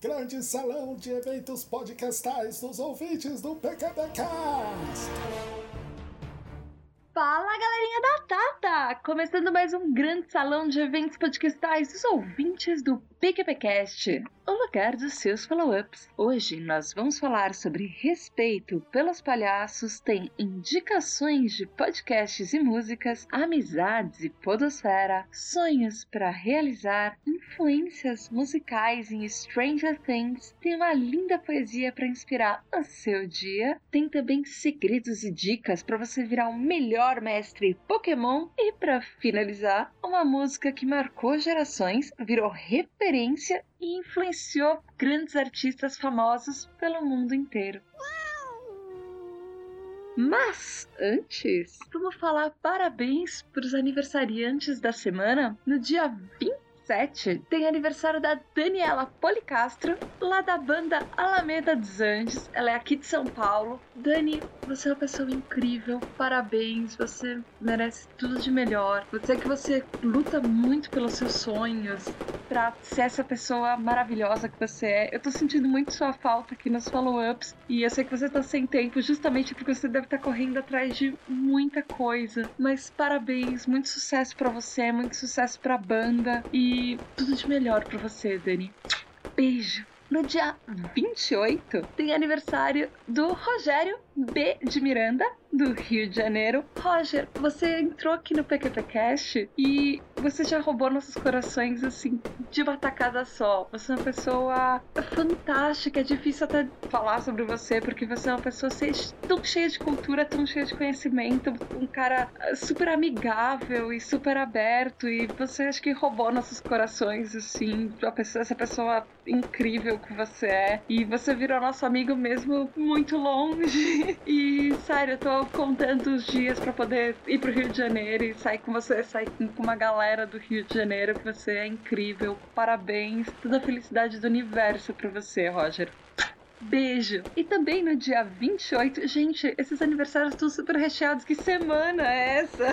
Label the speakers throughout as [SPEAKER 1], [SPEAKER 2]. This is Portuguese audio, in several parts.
[SPEAKER 1] grande salão de eventos podcastais dos ouvintes do PQPcast.
[SPEAKER 2] Fala, galerinha da Tata! Começando mais um grande salão de eventos podcastais dos ouvintes do PQPcast, o lugar dos seus follow-ups. Hoje nós vamos falar sobre respeito pelos palhaços, tem indicações de podcasts e músicas, amizades e podosfera, sonhos para realizar, influências musicais em Stranger Things, tem uma linda poesia para inspirar o seu dia, tem também segredos e dicas para você virar o melhor mestre Pokémon e, para finalizar, uma música que marcou gerações, virou referência e influenciou grandes artistas famosos pelo mundo inteiro. Mas, antes, vamos falar parabéns para os aniversariantes da semana. No dia 27, tem aniversário da Daniela Policastro, lá da banda Alameda dos Anjos. Ela é aqui de São Paulo. Dani, você é uma pessoa incrível, parabéns, você merece tudo de melhor. Eu sei que você luta muito pelos seus sonhos, pra ser essa pessoa maravilhosa que você é. Eu tô sentindo muito sua falta aqui nos follow-ups, e eu sei que você tá sem tempo justamente porque você deve estar correndo atrás de muita coisa. Mas parabéns, muito sucesso pra você, muito sucesso pra banda, e tudo de melhor pra você, Dani. Beijo! No dia 28, tem aniversário do Rogério B. de Miranda, do Rio de Janeiro. Roger, você entrou aqui no PQPcast e você já roubou nossos corações, assim, de uma tacada só. Você é uma pessoa fantástica, é difícil até falar sobre você, porque você é uma pessoa tão cheia de cultura, tão cheia de conhecimento, um cara super amigável e super aberto, e você acho que roubou nossos corações, assim, essa pessoa incrível que você é, e você virou nosso amigo mesmo muito longe. E, sério, eu tô contando os dias pra poder ir pro Rio de Janeiro e sair com você, sair com uma galera do Rio de Janeiro, que você é incrível. Parabéns, toda a felicidade do universo pra você, Roger. Beijo! E também no dia 28, gente, esses aniversários estão super recheados. Que semana é essa?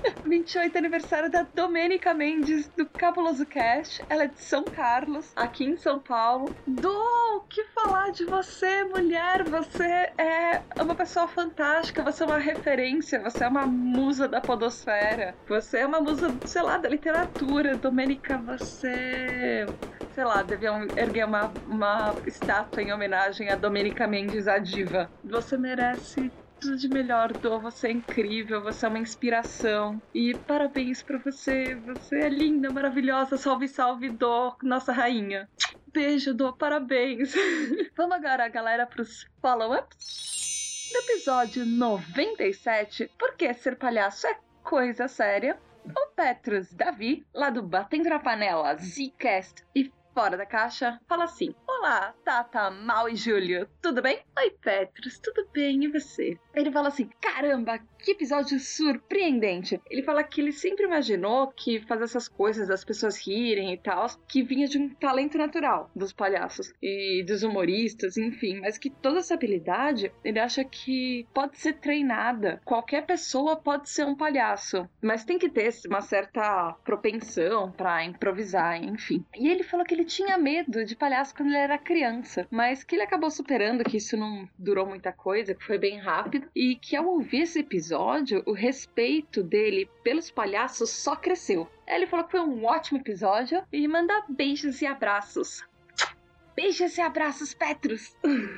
[SPEAKER 2] 28 aniversário da Domênica Mendes, do Cabuloso Cast. Ela é de São Carlos, aqui em São Paulo. O que falar de você, mulher? Você é uma pessoa fantástica, você é uma referência, você é uma musa da podosfera. Você é uma musa, sei lá, da literatura. Domênica, você... sei lá, deviam erguer uma estátua em homenagem a Domênica Mendes, a diva. Você merece tudo de melhor, Dô. Você é incrível, você é uma inspiração. E parabéns pra você. Você é linda, maravilhosa. Salve, salve, Dô, nossa rainha. Beijo, Dô, parabéns. Vamos agora, galera, pros follow-ups. No episódio 97, Por que ser palhaço é coisa séria? O Petrus Davi, lá do Batendo na Panela, Zcast e Fora da Caixa, fala assim: olá, Tata, Mal e Júlio, tudo bem? Oi, Petrus, tudo bem, e você? Ele fala assim: caramba, que episódio surpreendente. Ele fala que ele sempre imaginou que fazer essas coisas das pessoas rirem e tal, que vinha de um talento natural dos palhaços e dos humoristas, enfim, mas que toda essa habilidade, ele acha que pode ser treinada. Qualquer pessoa pode ser um palhaço, mas tem que ter uma certa propensão pra improvisar, enfim. E ele falou que ele tinha medo de palhaço quando ele era criança, mas que ele acabou superando, que isso não durou muita coisa, que foi bem rápido, e que ao ouvir esse episódio, o respeito dele pelos palhaços só cresceu. Ele falou que foi um ótimo episódio e manda beijos e abraços. Beijos e abraços, Petrus!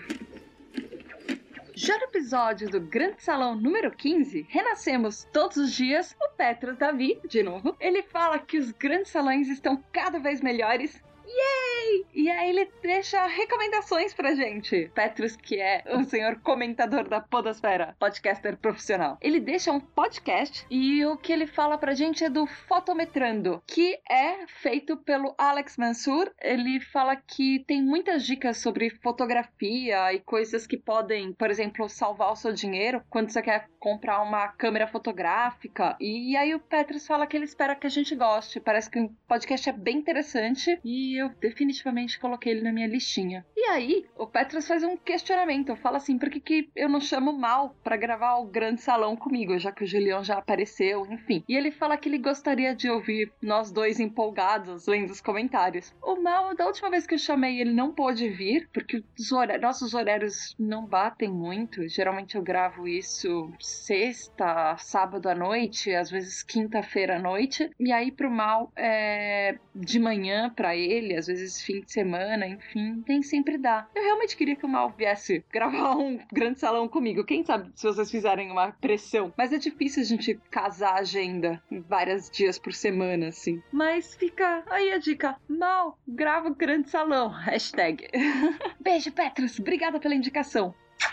[SPEAKER 2] Já no episódio do Grande Salão número 15, Renascemos Todos os Dias, o Petrus Davi, de novo, ele fala que os grandes salões estão cada vez melhores. Yay! E aí ele deixa recomendações pra gente. Petrus, que é o senhor comentador da podosfera, podcaster profissional. Ele deixa um podcast e o que ele fala pra gente é do Fotometrando, que é feito pelo Alex Mansur. Ele fala que tem muitas dicas sobre fotografia e coisas que podem, por exemplo, salvar o seu dinheiro quando você quer comprar uma câmera fotográfica. E aí o Petrus fala que ele espera que a gente goste. Parece que o podcast é bem interessante e eu definitivamente definitivamente coloquei ele na minha listinha. E aí, o Petros faz um questionamento. Fala assim, por que eu não chamo o Mal pra gravar o Grande Salão comigo, já que o Julião já apareceu, enfim. E ele fala que ele gostaria de ouvir nós dois empolgados lendo os comentários. O Mal, da última vez que eu chamei, ele não pôde vir, porque nossos horários não batem muito. Geralmente eu gravo isso sexta, sábado à noite, às vezes quinta-feira à noite. E aí pro Mal é de manhã pra ele, às vezes fim de semana, enfim, nem sempre dá. Eu realmente queria que o Mal viesse gravar um Grande Salão comigo. Quem sabe se vocês fizerem uma pressão. Mas é difícil a gente casar a agenda vários dias por semana, assim. Mas fica aí a dica. Mal, grava o Grande Salão. Hashtag. Beijo, Petros. Obrigada pela indicação.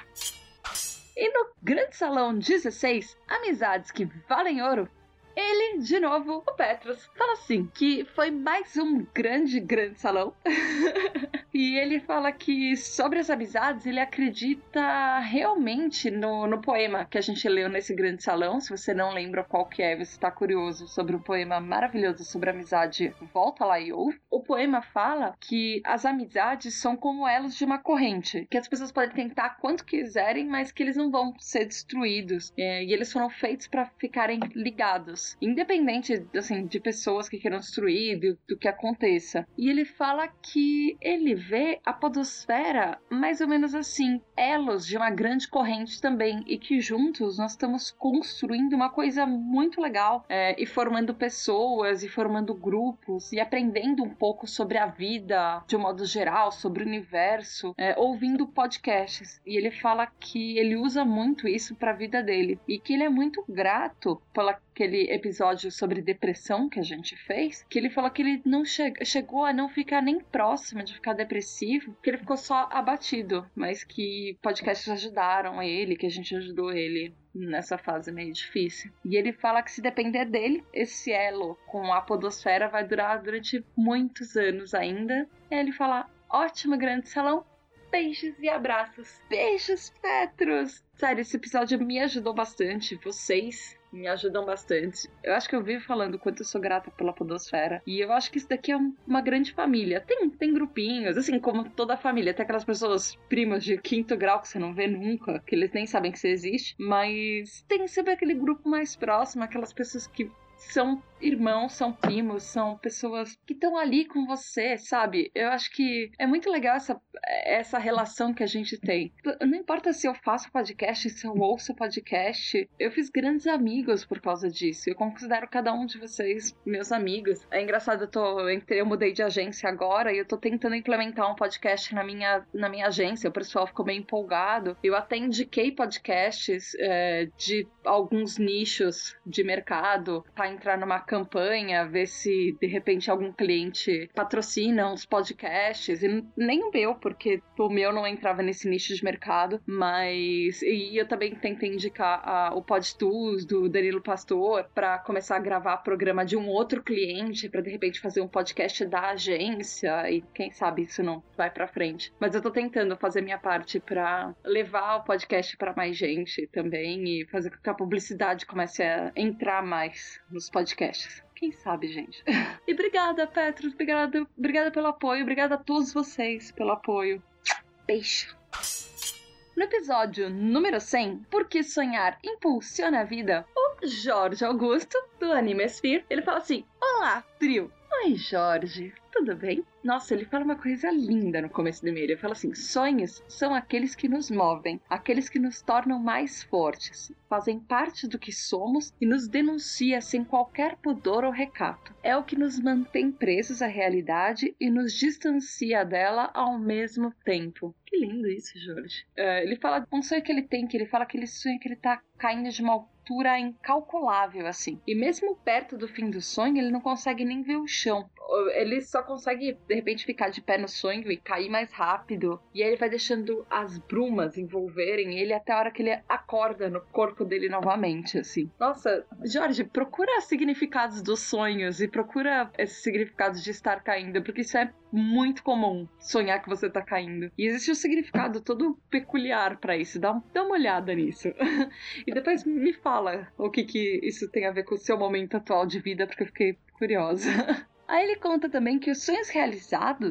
[SPEAKER 2] E no Grande Salão 16, Amizades que Valem Ouro, ele, de novo, o Petros, fala assim, que foi mais um grande salão. E ele fala que sobre as amizades, ele acredita realmente no poema que a gente leu nesse grande salão. Se você não lembra qual que é, você está curioso sobre um poema maravilhoso sobre amizade, volta lá e ouve. O poema fala que as amizades são como elos de uma corrente, que as pessoas podem tentar quanto quiserem, mas que eles não vão ser destruídos. E eles foram feitos para ficarem ligados, independente, assim, de pessoas que queiram destruir, do que aconteça. E ele fala que ele vê a podosfera mais ou menos assim, elos de uma grande corrente também, e que juntos nós estamos construindo uma coisa muito legal, e formando pessoas, e formando grupos, e aprendendo um pouco sobre a vida de um modo geral, sobre o universo, ouvindo podcasts. E ele fala que ele usa muito isso para a vida dele, e que ele é muito grato pela aquele episódio sobre depressão que a gente fez, que ele falou que ele não chegou a não ficar nem próximo de ficar depressivo, que ele ficou só abatido, mas que podcasts ajudaram ele, que a gente ajudou ele nessa fase meio difícil. E ele fala que se depender dele, esse elo com a podosfera vai durar durante muitos anos ainda. E aí ele fala, ótimo Grande Salão, beijos e abraços. Beijos, Petros! Sério, esse episódio me ajudou bastante, vocês me ajudam bastante. Eu acho que eu vivo falando o quanto eu sou grata pela podosfera. E eu acho que isso daqui é uma grande família. Tem grupinhos, assim como toda família. Tem aquelas pessoas primas de quinto grau que você não vê nunca, que eles nem sabem que você existe. Mas tem sempre aquele grupo mais próximo, aquelas pessoas que são irmãos, são primos, são pessoas que estão ali com você, sabe? Eu acho que é muito legal essa relação que a gente tem. Não importa se eu faço podcast, se eu ouço podcast, eu fiz grandes amigos por causa disso. Eu considero cada um de vocês meus amigos. É engraçado, eu mudei de agência agora e eu tô tentando implementar um podcast na minha agência. O pessoal ficou meio empolgado. Eu até indiquei podcasts de alguns nichos de mercado pra entrar numa campanha, ver se de repente algum cliente patrocina uns podcasts, e nem o meu, porque o meu não entrava nesse nicho de mercado, mas e eu também tentei indicar o PodTools do Danilo Pastor para começar a gravar programa de um outro cliente, para de repente fazer um podcast da agência, e quem sabe isso não vai pra frente. Mas eu tô tentando fazer minha parte para levar o podcast para mais gente também e fazer com que a publicidade comece a entrar mais nos podcasts. Quem sabe, gente? E obrigada, Petros. Obrigada pelo apoio. Obrigada a todos vocês pelo apoio. Beijo. No episódio número 100, Por que Sonhar Impulsiona a Vida, o Jorge Augusto, do Animesphere, ele fala assim, olá, trio. Oi, Jorge. Tudo bem? Nossa, ele fala uma coisa linda no começo do e-mail. Ele fala assim, sonhos são aqueles que nos movem, aqueles que nos tornam mais fortes, fazem parte do que somos e nos denuncia sem qualquer pudor ou recato. É o que nos mantém presos à realidade e nos distancia dela ao mesmo tempo. Que lindo isso, Jorge. Ele fala um sonho que ele tem, que ele fala que ele sonha que ele tá caindo de uma altura incalculável, assim. E mesmo perto do fim do sonho, ele não consegue nem ver o chão. Ele só consegue, de repente, ficar de pé no sonho e cair mais rápido. E aí ele vai deixando as brumas envolverem ele até a hora que ele acorda no corpo dele novamente, assim. Nossa, Jorge, procura significados dos sonhos e procura esses significados de estar caindo, porque isso é muito comum, sonhar que você tá caindo. E existe um significado todo peculiar pra isso. Dá uma olhada nisso. E depois me fala o que isso tem a ver com o seu momento atual de vida, porque eu fiquei curiosa. Aí ele conta também que os sonhos realizados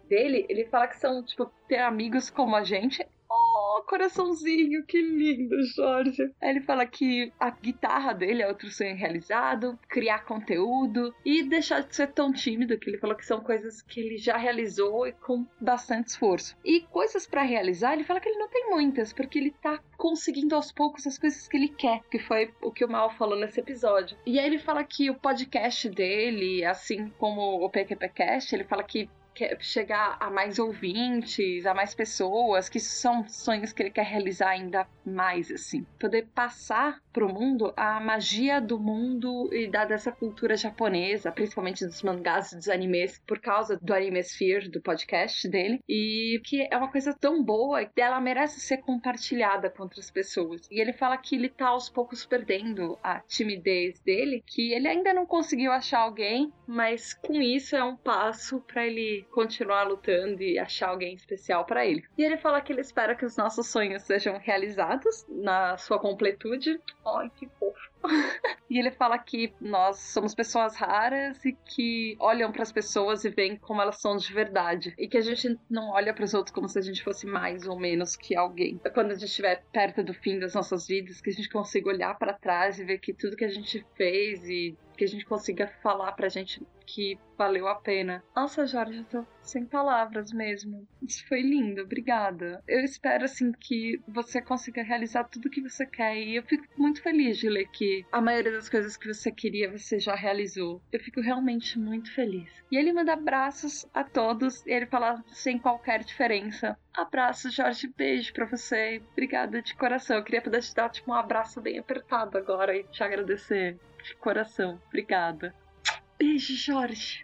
[SPEAKER 2] dele, ele fala que são, tipo, ter amigos como a gente. Oh, coraçãozinho, que lindo, Jorge. Aí ele fala que a guitarra dele é outro sonho realizado, criar conteúdo e deixar de ser tão tímido, que ele falou que são coisas que ele já realizou e com bastante esforço. E coisas pra realizar, ele fala que ele não tem muitas, porque ele tá conseguindo aos poucos as coisas que ele quer, que foi o que o Mal falou nesse episódio. E aí ele fala que o podcast dele, assim como o PQPcast, ele fala que quer chegar a mais ouvintes, a mais pessoas, que são sonhos que ele quer realizar ainda mais, assim. Poder passar pro mundo a magia do mundo e dessa cultura japonesa, principalmente dos mangás e dos animes, por causa do Animesphere, do podcast dele, e que é uma coisa tão boa que ela merece ser compartilhada com outras pessoas. E ele fala que ele tá aos poucos perdendo a timidez dele, que ele ainda não conseguiu achar alguém, mas com isso é um passo pra ele continuar lutando e achar alguém especial pra ele. E ele fala que ele espera que os nossos sonhos sejam realizados na sua completude. Ai, que fofo. E ele fala que nós somos pessoas raras e que olham pras pessoas e veem como elas são de verdade. E que a gente não olha pros outros como se a gente fosse mais ou menos que alguém. Quando a gente estiver perto do fim das nossas vidas, que a gente consiga olhar pra trás e ver que tudo que a gente fez e que a gente consiga falar pra gente que valeu a pena. Nossa, Jorge, eu tô sem palavras mesmo. Isso foi lindo, obrigada. Eu espero, assim, que você consiga realizar tudo que você quer. E eu fico muito feliz de ler que a maioria das coisas que você queria, você já realizou. Eu fico realmente muito feliz. E ele manda abraços a todos. E ele fala sem qualquer diferença. Abraço, Jorge, beijo pra você. Obrigada de coração. Eu queria poder te dar, tipo, um abraço bem apertado agora e te agradecer. De coração, obrigada. Beijo, Jorge.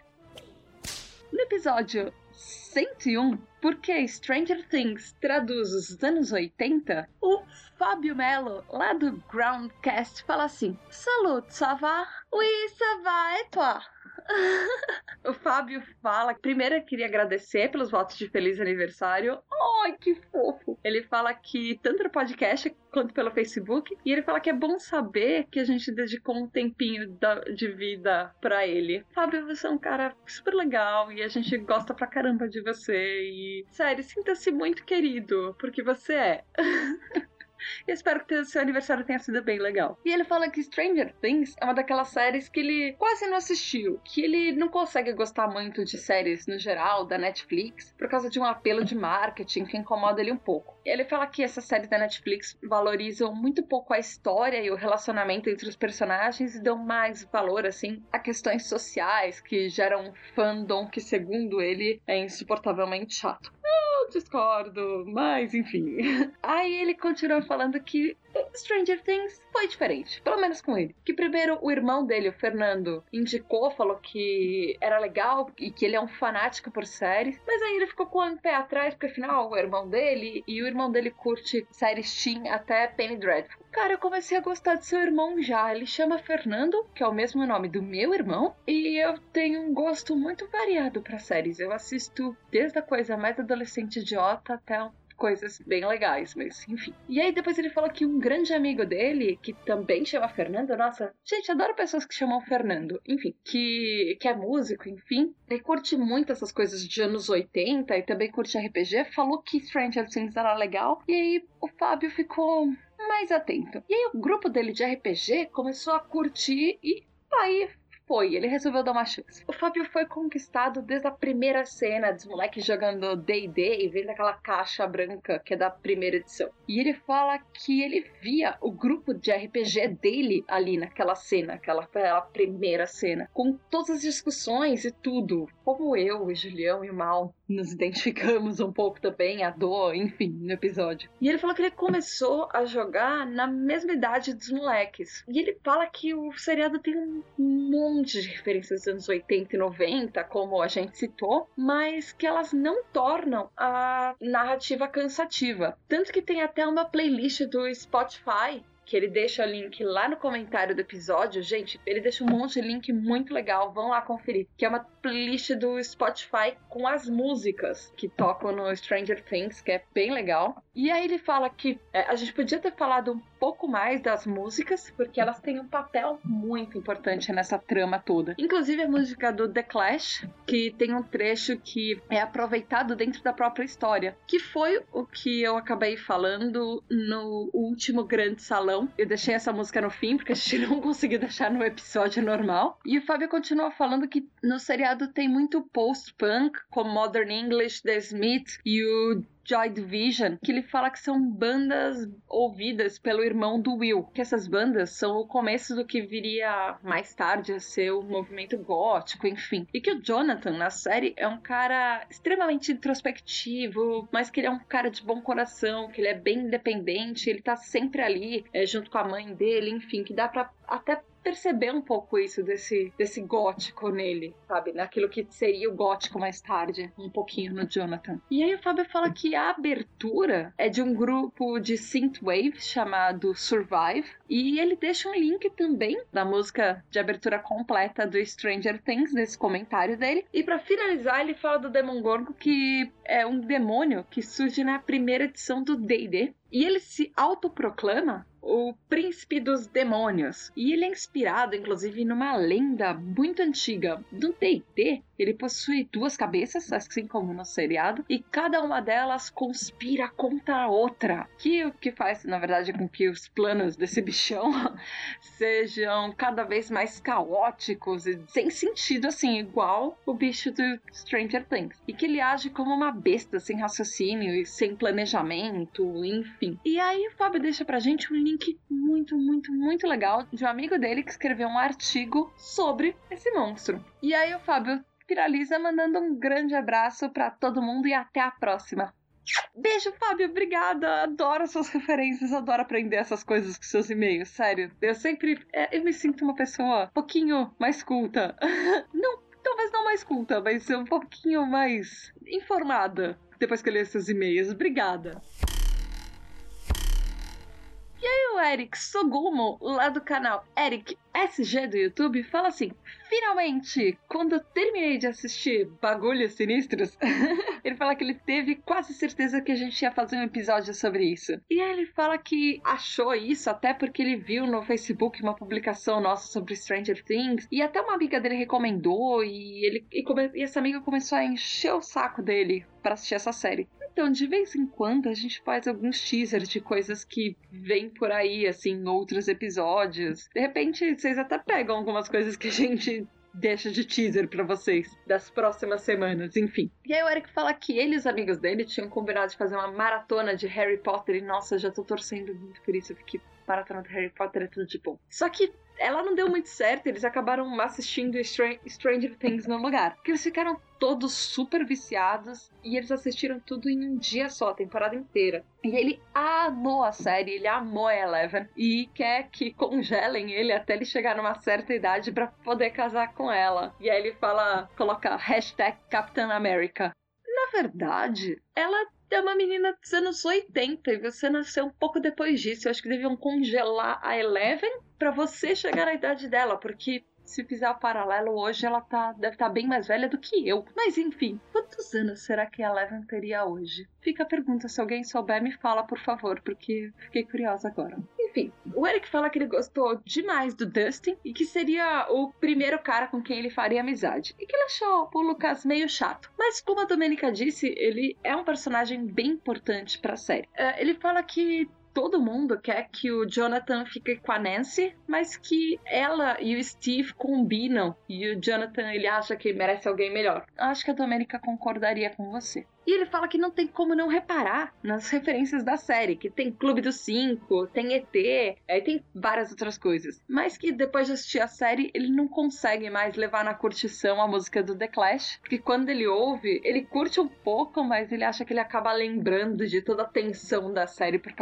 [SPEAKER 2] No episódio 101, porque Stranger Things traduz os anos 80, o Fábio Melo, lá do Groundcast, fala assim: Salut, ça va? Oui, ça va, et toi? O Fábio fala, primeiro eu queria agradecer pelos votos de feliz aniversário. Ai, que fofo! Ele fala que tanto no podcast quanto pelo Facebook, e ele fala que é bom saber que a gente dedicou um tempinho de vida pra ele. Fábio, você é um cara super legal e a gente gosta pra caramba de você e, sério, sinta-se muito querido, porque você é. Eu espero que o seu aniversário tenha sido bem legal. E ele fala que Stranger Things é uma daquelas séries que ele quase não assistiu, que ele não consegue gostar muito de séries no geral, da Netflix, por causa de um apelo de marketing que incomoda ele um pouco. E ele fala que essas séries da Netflix valorizam muito pouco a história e o relacionamento entre os personagens e dão mais valor, assim, a questões sociais que geram um fandom que, segundo ele, é insuportavelmente chato. Eu discordo, mas enfim. Aí ele continua falando que Stranger Things foi diferente, pelo menos com ele. Que primeiro o irmão dele, o Fernando, indicou, falou que era legal e que ele é um fanático por séries, mas aí ele ficou com um pé atrás, porque afinal o irmão dele, e o irmão dele curte séries teen até Penny Dreadful. Cara, eu comecei a gostar de seu irmão já. Ele chama Fernando, que é o mesmo nome do meu irmão, e eu tenho um gosto muito variado pra séries. Eu assisto desde a coisa mais adolescente idiota até coisas bem legais, mas enfim. E aí depois ele falou que um grande amigo dele, que também chama Fernando, nossa, gente, adoro pessoas que chamam Fernando, enfim, que é músico, enfim, ele curte muito essas coisas de anos 80 e também curte RPG, falou que Stranger Things era legal, e aí o Fábio ficou mais atento. E aí o grupo dele de RPG começou a curtir e aí ele resolveu dar uma chance. O Fábio foi conquistado desde a primeira cena dos moleques jogando D&D e vendo aquela caixa branca que é da primeira edição. E ele fala que ele via o grupo de RPG dele ali naquela cena, aquela primeira cena, com todas as discussões e tudo. Como eu, o Julião e o Mal nos identificamos um pouco também, a dor, enfim, no episódio. E ele falou que ele começou a jogar na mesma idade dos moleques. E ele fala que o seriado tem um monte de referências dos anos 80 e 90, como a gente citou, mas que elas não tornam a narrativa cansativa. Tanto que tem até uma playlist do Spotify que ele deixa o link lá no comentário do episódio. Gente, ele deixa um monte de link muito legal, vão lá conferir. Que é uma playlist do Spotify com as músicas que tocam no Stranger Things, que é bem legal. E aí ele fala que a gente podia ter falado um pouco mais das músicas, porque elas têm um papel muito importante nessa trama toda. Inclusive a música do The Clash, que tem um trecho que é aproveitado dentro da própria história, que foi o que eu acabei falando no último grande salão. Eu deixei essa música no fim, porque a gente não conseguiu deixar no episódio normal. E o Fábio continua falando que no seriado tem muito post-punk, como Modern English, The Smiths e o Joy Division, que ele fala que são bandas ouvidas pelo irmão do Will, que essas bandas são o começo do que viria mais tarde a ser o movimento gótico, enfim. E que o Jonathan, na série, é um cara extremamente introspectivo, mas que ele é um cara de bom coração, que ele é bem independente, ele tá sempre ali, junto com a mãe dele, enfim, que dá pra até perceber um pouco isso desse gótico nele, sabe? Naquilo que seria o gótico mais tarde, um pouquinho no Jonathan. E aí o Fábio fala que a abertura é de um grupo de synthwave chamado Survive, e ele deixa um link também da música de abertura completa do Stranger Things nesse comentário dele. E pra finalizar, ele fala do Demogorgon, que é um demônio que surge na primeira edição do D&D, e ele se autoproclama o príncipe dos demônios. E ele é inspirado, inclusive, numa lenda muito antiga do D&D. Ele possui 2 cabeças, assim como no seriado, e cada uma delas conspira contra a outra. Que o que faz, na verdade, com que os planos desse bichão sejam cada vez mais caóticos e sem sentido, assim, igual o bicho do Stranger Things. E que ele age como uma besta, sem raciocínio e sem planejamento, enfim. E aí o Fábio deixa pra gente um link muito, muito, muito legal de um amigo dele que escreveu um artigo sobre esse monstro. E aí o Fábio finaliza mandando um grande abraço pra todo mundo e até a próxima. Beijo, Fábio, obrigada. Adoro suas referências, adoro aprender essas coisas com seus e-mails, sério. Eu me sinto uma pessoa um pouquinho mais culta. Não, talvez não mais culta, mas um pouquinho mais informada depois que eu li seus e-mails. Obrigada. E aí o Eric Sogumo, lá do canal Eric SG do YouTube, fala assim: finalmente, quando eu terminei de assistir Bagulhos Sinistros, ele fala que ele teve quase certeza que a gente ia fazer um episódio sobre isso. E aí ele fala que achou isso até porque ele viu no Facebook uma publicação nossa sobre Stranger Things, e até uma amiga dele recomendou, e essa amiga começou a encher o saco dele para assistir essa série. Então, de vez em quando, a gente faz alguns teasers de coisas que vêm por aí, assim, em outros episódios. De repente, vocês até pegam algumas coisas que a gente deixa de teaser pra vocês das próximas semanas, enfim. E aí o Eric fala que ele e os amigos dele tinham combinado de fazer uma maratona de Harry Potter, e nossa, já tô torcendo muito por isso, porque maratona de Harry Potter é tudo de bom. Só que ela não deu muito certo, eles acabaram assistindo Stranger Things no lugar. Porque eles ficaram todos super viciados e eles assistiram tudo em um dia só, a temporada inteira. E ele amou a série, ele amou a Eleven e quer que congelem ele até ele chegar numa certa idade pra poder casar com ela. E aí ele coloca hashtag Captain America. Na verdade, ela é uma menina dos anos 80 e você nasceu um pouco depois disso. Eu acho que deviam congelar a Eleven pra você chegar na idade dela, porque se fizer o paralelo hoje, ela deve estar bem mais velha do que eu. Mas enfim, quantos anos será que a Eleven teria hoje? Fica a pergunta, se alguém souber me fala, por favor, porque fiquei curiosa agora. Enfim, o Eric fala que ele gostou demais do Dustin e que seria o primeiro cara com quem ele faria amizade. E que ele achou o Lucas meio chato. Mas como a Domênica disse, ele é um personagem bem importante pra série. Ele fala que todo mundo quer que o Jonathan fique com a Nancy, mas que ela e o Steve combinam e o Jonathan, ele acha que merece alguém melhor. Acho que a Domênica concordaria com você. E ele fala que não tem como não reparar nas referências da série, que tem Clube dos Cinco, tem ET, aí tem várias outras coisas. Mas que depois de assistir a série, ele não consegue mais levar na curtição a música do The Clash, porque quando ele ouve, ele curte um pouco, mas ele acha que ele acaba lembrando de toda a tensão da série por causa disso.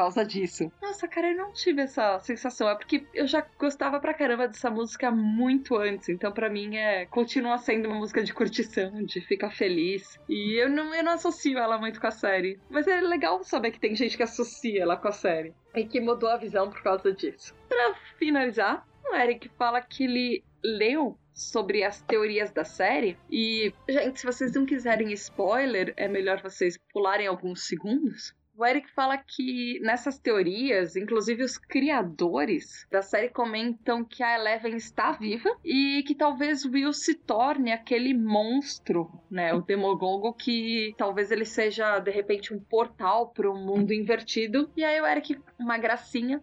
[SPEAKER 2] disso. Nossa, cara, eu não tive essa sensação. É porque eu já gostava pra caramba dessa música muito antes. Então, pra mim, continua sendo uma música de curtição, de ficar feliz. E eu não associo ela muito com a série. Mas é legal saber que tem gente que associa ela com a série. E que mudou a visão por causa disso. Pra finalizar, o Eric fala que ele leu sobre as teorias da série. E, gente, se vocês não quiserem spoiler, é melhor vocês pularem alguns segundos. O Eric fala que nessas teorias, inclusive os criadores da série comentam que a Eleven está viva e que talvez Will se torne aquele monstro, né, o Demogorgon, que talvez ele seja, de repente, um portal para um mundo invertido. E aí o Eric, uma gracinha,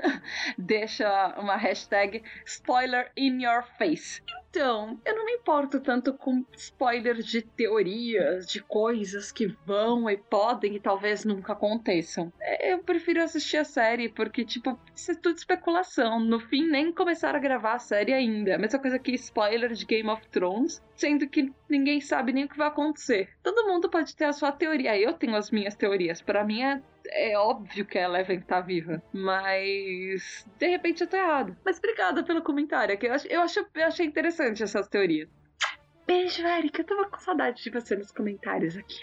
[SPEAKER 2] deixa uma hashtag spoiler in your face. Então, eu não me importo tanto com spoilers de teorias, de coisas que vão e podem e talvez nunca aconteçam. Eu prefiro assistir a série porque, tipo, isso é tudo especulação. No fim, nem começaram a gravar a série ainda. A mesma coisa que spoiler de Game of Thrones, sendo que ninguém sabe nem o que vai acontecer. Todo mundo pode ter a sua teoria. Eu tenho as minhas teorias. Pra mim é óbvio que a Eleven tá viva, mas de repente eu tô errado. Mas obrigada pelo comentário, que eu achei interessante essas teorias. Beijo, Eric, eu tava com saudade de você nos comentários aqui.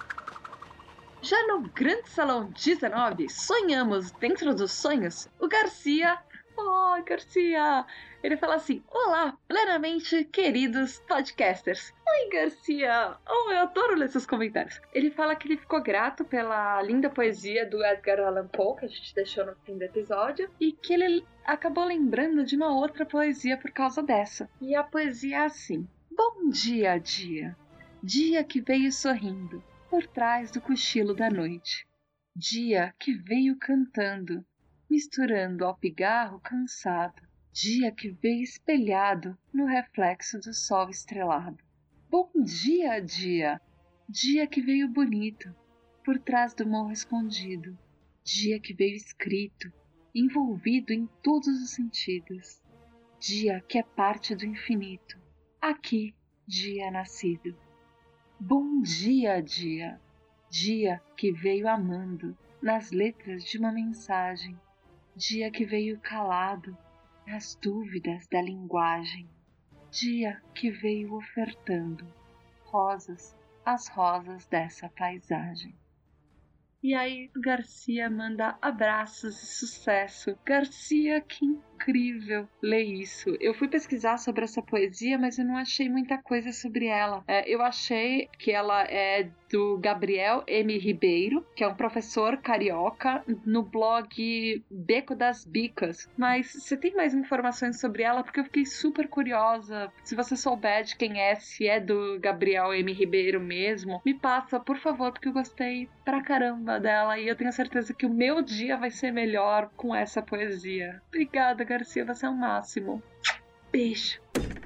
[SPEAKER 2] Já no Grande Salão 19, sonhamos dentro dos sonhos, o Garcia... Oh, Garcia! Ele fala assim: olá, plenamente queridos podcasters. Oi, Garcia! Oh, eu adoro ler seus comentários. Ele fala que ele ficou grato pela linda poesia do Edgar Allan Poe, que a gente deixou no fim do episódio, e que ele acabou lembrando de uma outra poesia por causa dessa. E a poesia é assim: bom dia, dia. Dia que veio sorrindo, por trás do cochilo da noite. Dia que veio cantando, misturando ao pigarro cansado. Dia que veio espelhado no reflexo do sol estrelado. Bom dia, dia! Dia que veio bonito, por trás do morro escondido. Dia que veio escrito, envolvido em todos os sentidos. Dia que é parte do infinito, aqui, dia nascido. Bom dia, dia! Dia que veio amando, nas letras de uma mensagem. Dia que veio calado, nas dúvidas da linguagem. Dia que veio ofertando rosas, as rosas dessa paisagem. E aí Garcia manda abraços e sucesso. Garcia, que incrível ler isso. Eu fui pesquisar sobre essa poesia, mas eu não achei muita coisa sobre ela. Eu achei que ela é do Gabriel M. Ribeiro, que é um professor carioca, no blog Beco das Bicas. Mas você tem mais informações sobre ela? Porque eu fiquei super curiosa. Se você souber de quem é, se é do Gabriel M. Ribeiro mesmo, me passa, por favor, porque eu gostei pra caramba dela e eu tenho certeza que o meu dia vai ser melhor com essa poesia. Obrigada, Garcia, você é o máximo. Beijo.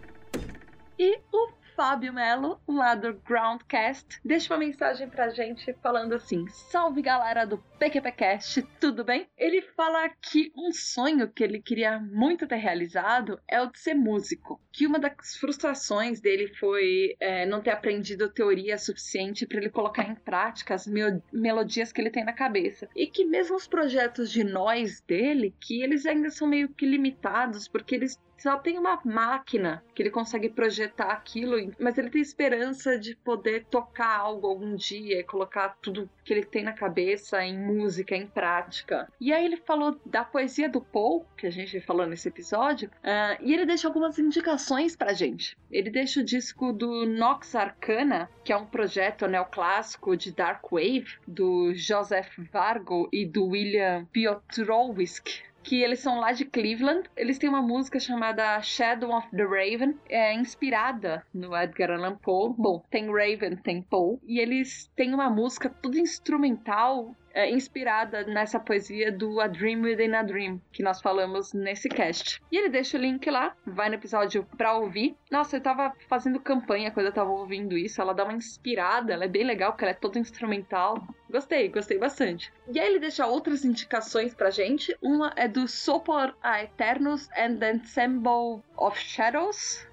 [SPEAKER 2] E o Fábio Melo, lá do Groundcast, deixa uma mensagem pra gente falando assim: salve galera do PQPcast, tudo bem? Ele fala que um sonho que ele queria muito ter realizado é o de ser músico, que uma das frustrações dele foi não ter aprendido teoria suficiente para ele colocar em prática as melodias que ele tem na cabeça, e que mesmo os projetos de nós dele, que eles ainda são meio que limitados, porque eles só tem uma máquina que ele consegue projetar aquilo, mas ele tem esperança de poder tocar algo algum dia e colocar tudo que ele tem na cabeça em música, em prática. E aí ele falou da poesia do Poe, que a gente falou nesse episódio, e ele deixa algumas indicações pra gente. Ele deixa o disco do Nox Arcana, que é um projeto neoclássico de Dark Wave, do Joseph Vargo e do William Piotrowski, que eles são lá de Cleveland. Eles têm uma música chamada Shadow of the Raven, inspirada no Edgar Allan Poe. Bom, tem Raven, tem Poe, e eles têm uma música toda instrumental, inspirada nessa poesia do A Dream Within a Dream, que nós falamos nesse cast. E ele deixa o link lá, vai no episódio pra ouvir. Nossa, eu tava fazendo campanha quando eu tava ouvindo isso, ela dá uma inspirada, ela é bem legal, porque ela é toda instrumental. Gostei bastante. E aí ele deixa outras indicações pra gente. Uma é do Sopor Aeternus and the Ensemble of Shadows,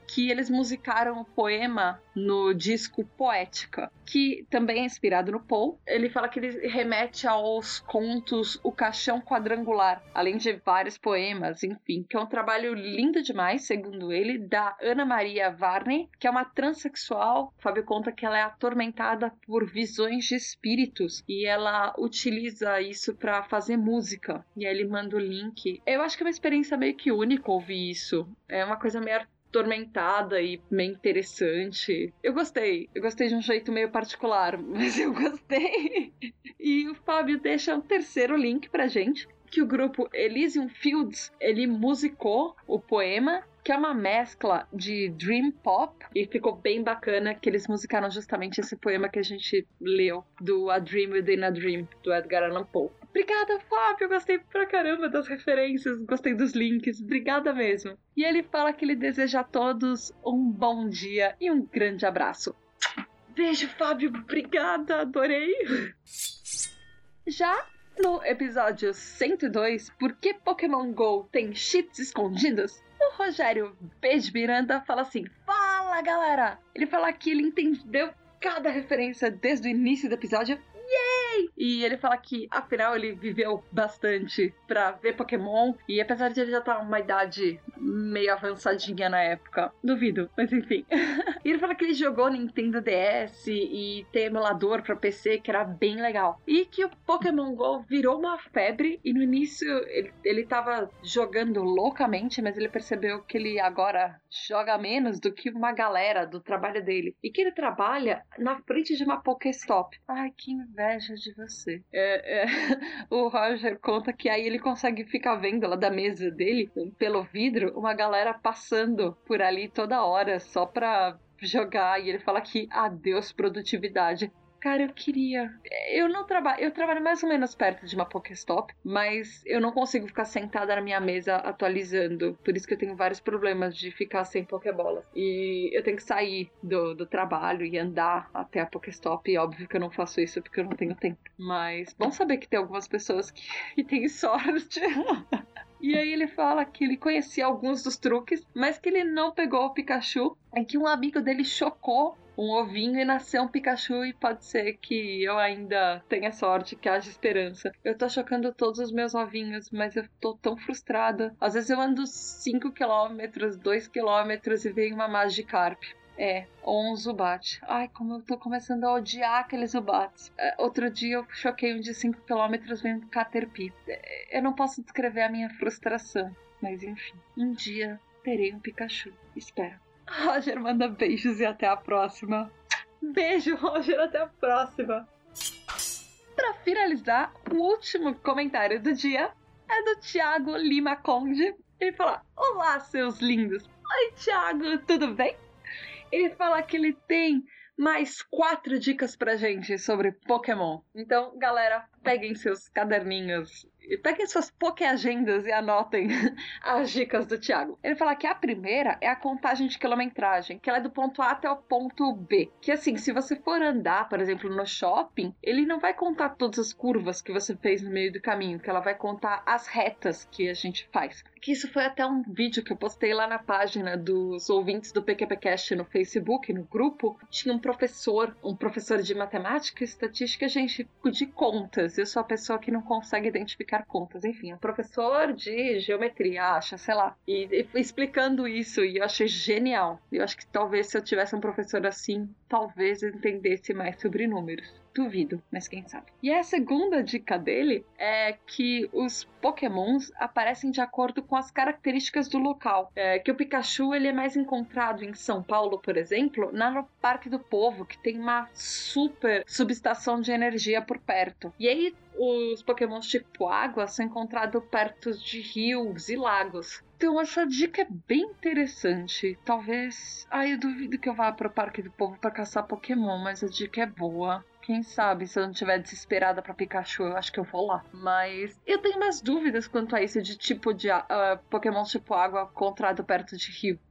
[SPEAKER 2] que eles musicaram o poema no disco Poética, que também é inspirado no Poe. Ele fala que ele remete aos contos O Caixão Quadrangular, além de vários poemas, enfim, que é um trabalho lindo demais, segundo ele, da Ana Maria Varney, que é uma transexual. O Fábio conta que ela é atormentada por visões de espíritos e ela utiliza isso pra fazer música. E aí ele manda o link. Eu acho que é uma experiência meio que única ouvir isso. É uma coisa meio atormentada e meio interessante. Eu gostei de um jeito meio particular, mas eu gostei. E o Fábio deixa um terceiro link pra gente, que o grupo Elysium Fields, ele musicou o poema, que é uma mescla de dream pop, e ficou bem bacana que eles musicaram justamente esse poema que a gente leu, do A Dream Within a Dream, do Edgar Allan Poe. Obrigada, Fábio, gostei pra caramba das referências, gostei dos links, obrigada mesmo. E ele fala que ele deseja a todos um bom dia e um grande abraço. Beijo, Fábio, obrigada, adorei. Já no episódio 102, Por que Pokémon GO tem cheats escondidos? O Rogério B. de Miranda fala assim: fala, galera! Ele fala que ele entendeu cada referência desde o início do episódio. Yay! E ele fala que, afinal, ele viveu bastante pra ver Pokémon. E apesar de ele já estar numa idade meio avançadinha na época, duvido, mas enfim. E ele fala que ele jogou Nintendo DS e tem emulador pra PC, que era bem legal. E que o Pokémon GO virou uma febre. E no início ele tava jogando loucamente, mas ele percebeu que ele agora joga menos do que uma galera do trabalho dele. E que ele trabalha na frente de uma Pokéstop. Ai, que inveja de você. O Roger conta que aí ele consegue ficar vendo lá da mesa dele, pelo vidro, uma galera passando por ali toda hora só pra jogar. E ele fala que adeus produtividade. Cara, eu queria... Eu trabalho mais ou menos perto de uma Pokéstop, mas eu não consigo ficar sentada na minha mesa atualizando. Por isso que eu tenho vários problemas de ficar sem Pokébolas. E eu tenho que sair do trabalho e andar até a Pokéstop. E óbvio que eu não faço isso porque eu não tenho tempo. Mas bom saber que tem algumas pessoas que têm sorte. E aí ele fala que ele conhecia alguns dos truques, mas que ele não pegou o Pikachu. É que um amigo dele chocou um ovinho e nasceu um Pikachu, e pode ser que eu ainda tenha sorte, que haja esperança. Eu tô chocando todos os meus ovinhos, mas eu tô tão frustrada. Às vezes eu ando 5 km, 2 km e vem uma Magikarp. Ou um Zubat. Ai, como eu tô começando a odiar aqueles Zubats. Outro dia eu choquei um de 5 km vendo Caterpie. Eu não posso descrever a minha frustração, mas enfim. Um dia terei um Pikachu. Espero. Roger manda beijos e até a próxima. Beijo, Roger, até a próxima. Pra finalizar, o último comentário do dia é do Thiago Lima Conde. Ele fala: olá, seus lindos. Oi, Thiago, tudo bem? Ele fala que ele tem mais 4 dicas pra gente sobre Pokémon. Então, galera, peguem seus caderninhos, peguem suas Poké-agendas e anotem as dicas do Thiago. Ele fala que a primeira é a contagem de quilometragem, que ela é do ponto A até o ponto B. Que assim, se você for andar, por exemplo, no shopping, ele não vai contar todas as curvas que você fez no meio do caminho, que ela vai contar as retas que a gente faz. Que isso foi até um vídeo que eu postei lá na página dos ouvintes do PQPcast no Facebook, no grupo. Tinha um professor de matemática e estatística, gente, de contas. Eu sou a pessoa que não consegue identificar contas. Enfim, um professor de geometria, acha, sei lá. E explicando isso, e eu achei genial. Eu acho que talvez se eu tivesse um professor assim, talvez eu entendesse mais sobre números. Duvido, mas quem sabe. E a segunda dica dele é que os Pokémons aparecem de acordo com as características do local. Que o Pikachu ele é mais encontrado em São Paulo, por exemplo, no Parque do Povo, que tem uma super subestação de energia por perto. E aí os Pokémons tipo água são encontrados perto de rios e lagos. Então essa dica é bem interessante. Talvez... eu duvido que eu vá para o Parque do Povo para caçar Pokémon, mas a dica é boa. Quem sabe, se eu não estiver desesperada pra Pikachu, eu acho que eu vou lá. Mas eu tenho mais dúvidas quanto a isso de tipo de Pokémon tipo água encontrado perto de rio.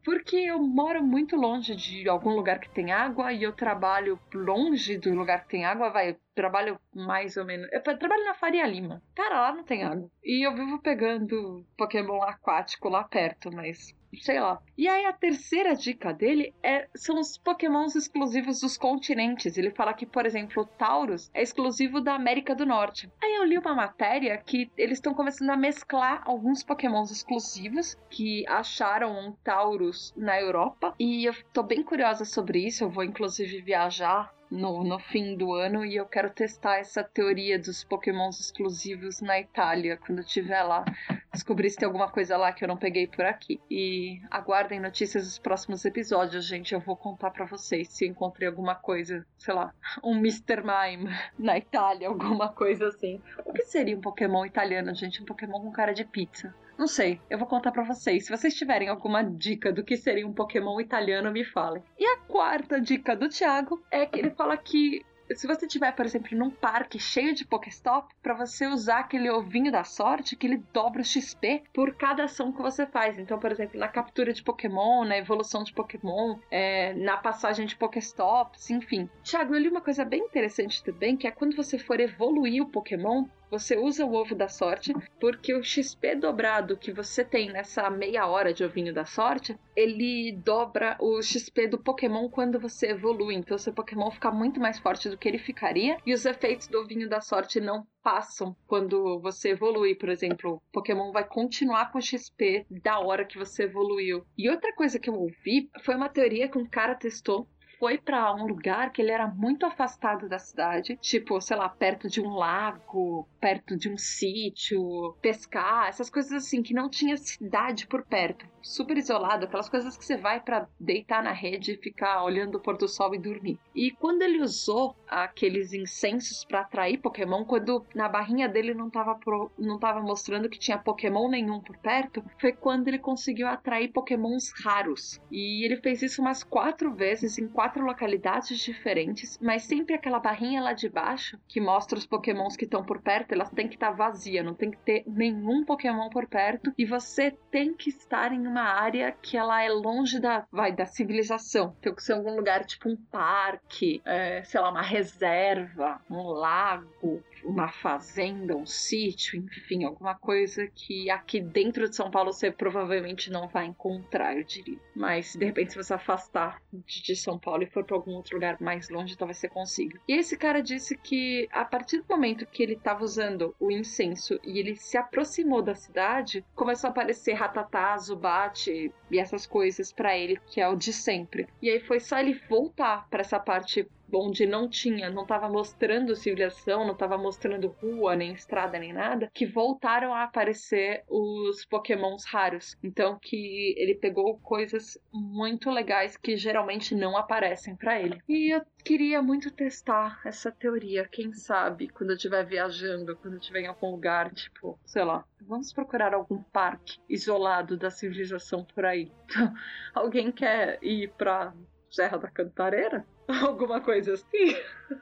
[SPEAKER 2] Porque eu moro muito longe de algum lugar que tem água e eu trabalho longe do lugar que tem água, eu trabalho mais ou menos... Eu trabalho na Faria Lima. Cara, lá não tem água. E eu vivo pegando Pokémon aquático lá perto, mas... sei lá. E aí a terceira dica dele são os Pokémons exclusivos dos continentes. Ele fala que, por exemplo, o Taurus é exclusivo da América do Norte. Aí eu li uma matéria que eles estão começando a mesclar alguns Pokémons exclusivos que acharam um Taurus na Europa. E eu tô bem curiosa sobre isso. Eu vou inclusive viajar no fim do ano e eu quero testar essa teoria dos Pokémons exclusivos na Itália quando eu estiver lá. Descobrir se tem alguma coisa lá que eu não peguei por aqui. E aguardem notícias dos próximos episódios, gente. Eu vou contar pra vocês se eu encontrei alguma coisa, sei lá, um Mr. Mime na Itália, alguma coisa assim. O que seria um Pokémon italiano, gente? Um Pokémon com cara de pizza. Não sei, eu vou contar pra vocês. Se vocês tiverem alguma dica do que seria um Pokémon italiano, me falem. E a quarta dica do Thiago é que ele fala que se você tiver, por exemplo, num parque cheio de Pokéstop, pra você usar aquele ovinho da sorte, que ele dobra o XP por cada ação que você faz. Então, por exemplo, na captura de Pokémon, na evolução de Pokémon, na passagem de Pokéstops, enfim. Thiago, eu li uma coisa bem interessante também, que é quando você for evoluir o Pokémon, você usa o ovo da sorte, porque o XP dobrado que você tem nessa meia hora de ovinho da sorte, ele dobra o XP do Pokémon quando você evolui. Então, seu Pokémon fica muito mais forte do que ele ficaria. E os efeitos do ovinho da sorte não passam quando você evolui. Por exemplo, o Pokémon vai continuar com o XP da hora que você evoluiu. E outra coisa que eu ouvi foi uma teoria que um cara testou. Foi pra um lugar que ele era muito afastado da cidade, tipo, sei lá, perto de um lago, perto de um sítio, pescar, essas coisas assim, que não tinha cidade por perto. Super isolado, aquelas coisas que você vai pra deitar na rede e ficar olhando o pôr do sol e dormir. E quando ele usou aqueles incensos pra atrair Pokémon, quando na barrinha dele não tava mostrando que tinha Pokémon nenhum por perto, foi quando ele conseguiu atrair Pokémons raros. E ele fez isso umas 4 vezes em 4 localidades diferentes, mas sempre aquela barrinha lá de baixo que mostra os Pokémons que estão por perto, elas tem que estar vazia, não tem que ter nenhum Pokémon por perto, e você tem que estar em uma área que ela é longe da civilização. Tem que ser algum lugar tipo um parque, sei lá, uma reserva, um lago, uma fazenda, um sítio, enfim, alguma coisa que aqui dentro de São Paulo você provavelmente não vai encontrar, eu diria. Mas, de repente, se você afastar de São Paulo e for para algum outro lugar mais longe, talvez você consiga. E esse cara disse que, a partir do momento que ele estava usando o incenso e ele se aproximou da cidade, começou a aparecer Rattata, Zubat e essas coisas para ele, que é o de sempre. E aí foi só ele voltar para essa parte onde não tava mostrando civilização, não tava mostrando rua, nem estrada, nem nada, que voltaram a aparecer os Pokémons raros. Então que ele pegou coisas muito legais que geralmente não aparecem pra ele. E eu queria muito testar essa teoria, quem sabe, quando eu estiver viajando, quando eu estiver em algum lugar, tipo, sei lá, vamos procurar algum parque isolado da civilização por aí. Alguém quer ir pra Serra da Cantareira? Alguma coisa assim.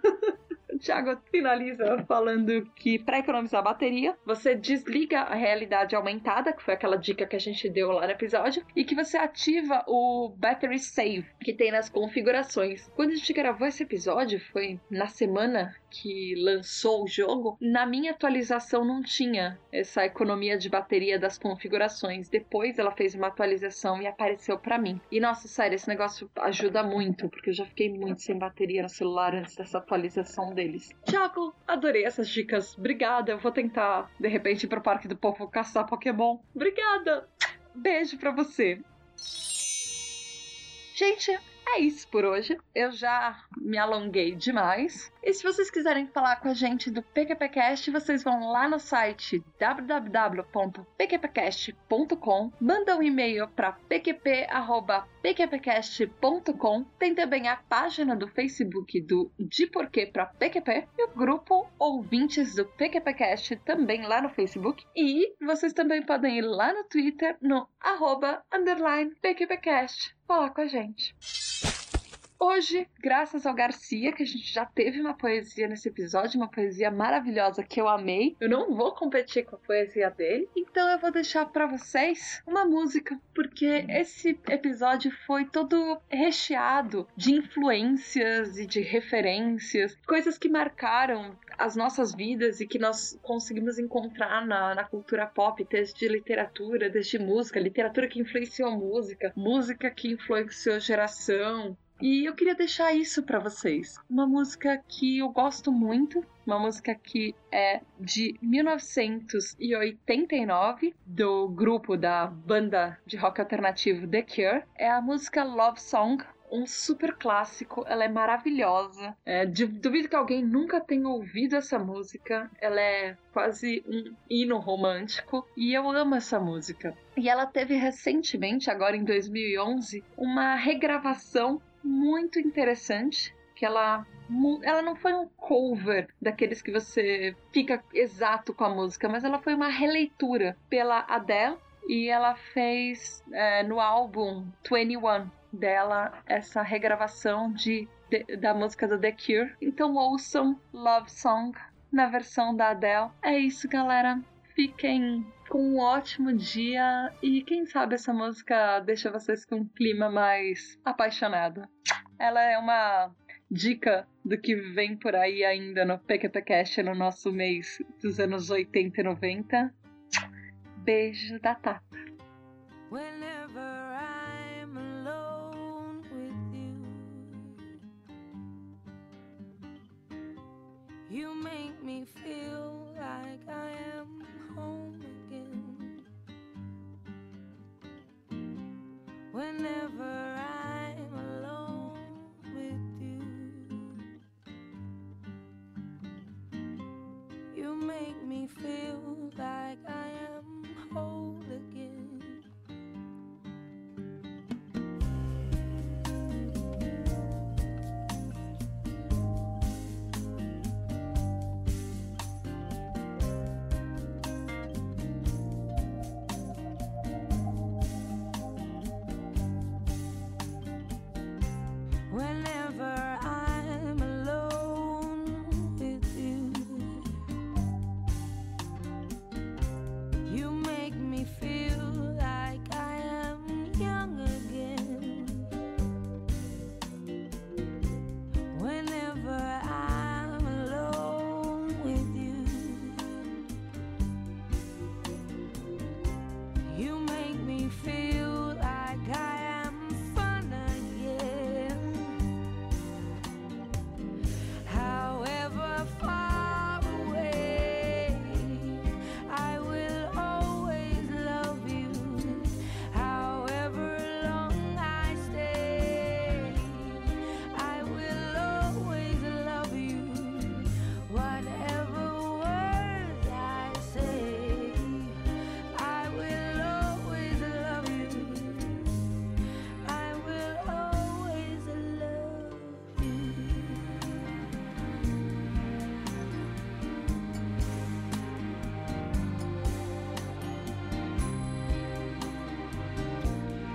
[SPEAKER 2] O Thiago finaliza falando que para economizar bateria, você desliga a realidade aumentada, que foi aquela dica que a gente deu lá no episódio, e que você ativa o Battery Save, que tem nas configurações. Quando a gente gravou esse episódio, foi na semana que lançou o jogo, na minha atualização não tinha essa economia de bateria das configurações. Depois ela fez uma atualização e apareceu pra mim. E nossa, sério, esse negócio ajuda muito, porque eu já fiquei muito sem bateria no celular antes dessa atualização deles. Thiago, adorei essas dicas. Obrigada, eu vou tentar, de repente, ir pro Parque do Povo caçar Pokémon. Obrigada! Beijo pra você. Gente, é isso por hoje. Eu já me alonguei demais. E se vocês quiserem falar com a gente do PQPcast, vocês vão lá no site www.pqpcast.com, mandam um e-mail para pqp@pqpcast.com. Tem também a página do Facebook do De Porquê para PQP e o grupo Ouvintes do PQPcast também lá no Facebook. E vocês também podem ir lá no Twitter no @_PQPcast. Falar com a gente. Hoje, graças ao Garcia, que a gente já teve uma poesia nesse episódio, uma poesia maravilhosa que eu amei. Eu não vou competir com a poesia dele, então eu vou deixar pra vocês uma música, porque esse episódio foi todo recheado de influências e de referências, coisas que marcaram as nossas vidas e que nós conseguimos encontrar na cultura pop, desde literatura, desde música, literatura que influenciou música, música que influenciou geração. E eu queria deixar isso pra vocês. Uma música que eu gosto muito, uma música que é de 1989, do grupo da banda de rock alternativo The Cure. É a música Love Song, um super clássico, ela é maravilhosa. Duvido que alguém nunca tenha ouvido essa música. Ela é quase um hino romântico e eu amo essa música. E ela teve recentemente, agora em 2011, uma regravação muito interessante, que ela não foi um cover daqueles que você fica exato com a música, mas ela foi uma releitura pela Adele, e ela fez no álbum 21 dela essa regravação da música do The Cure. Então ouçam Love Song na versão da Adele. É isso, galera. Fiquem com um ótimo dia e quem sabe essa música deixa vocês com um clima mais apaixonado. Ela é uma dica do que vem por aí ainda no PQPcast no nosso mês dos anos 80 e 90. Beijo da Tata.
[SPEAKER 3] Whenever I'm alone with you, you make me feel like I am home again. Whenever I'm alone with you, you make me feel like I am whole again. Whenever I'm alone with you, you make me feel like I am young again. Whenever I'm alone with you, you make me feel like I am fun again. However far away, I will always love you. However long I stay, I will always love you. Whatever words I say, I will always love you. I will always love you.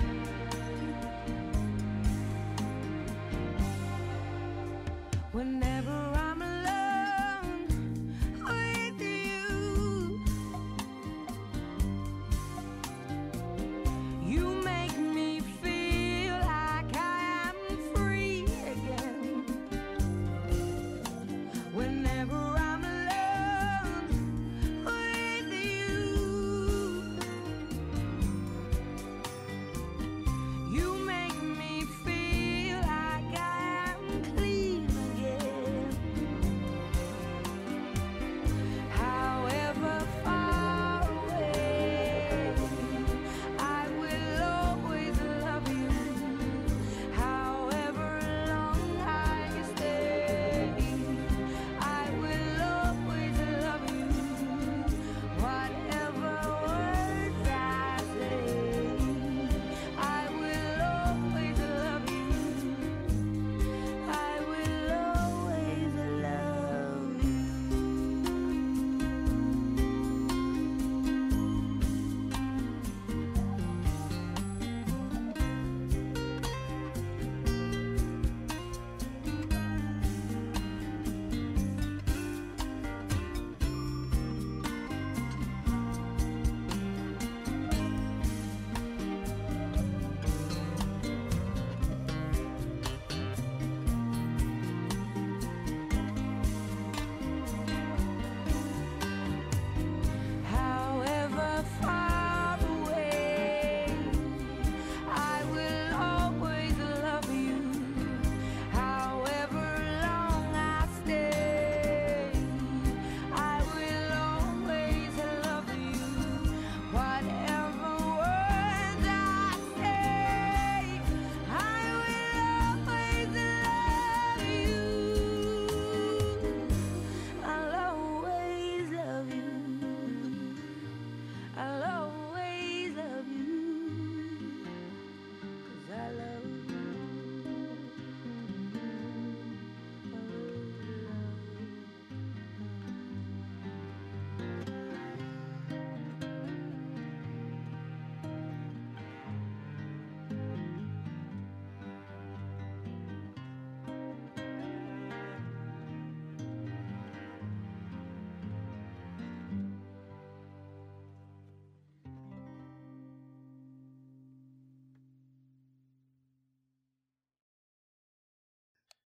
[SPEAKER 3] Whenever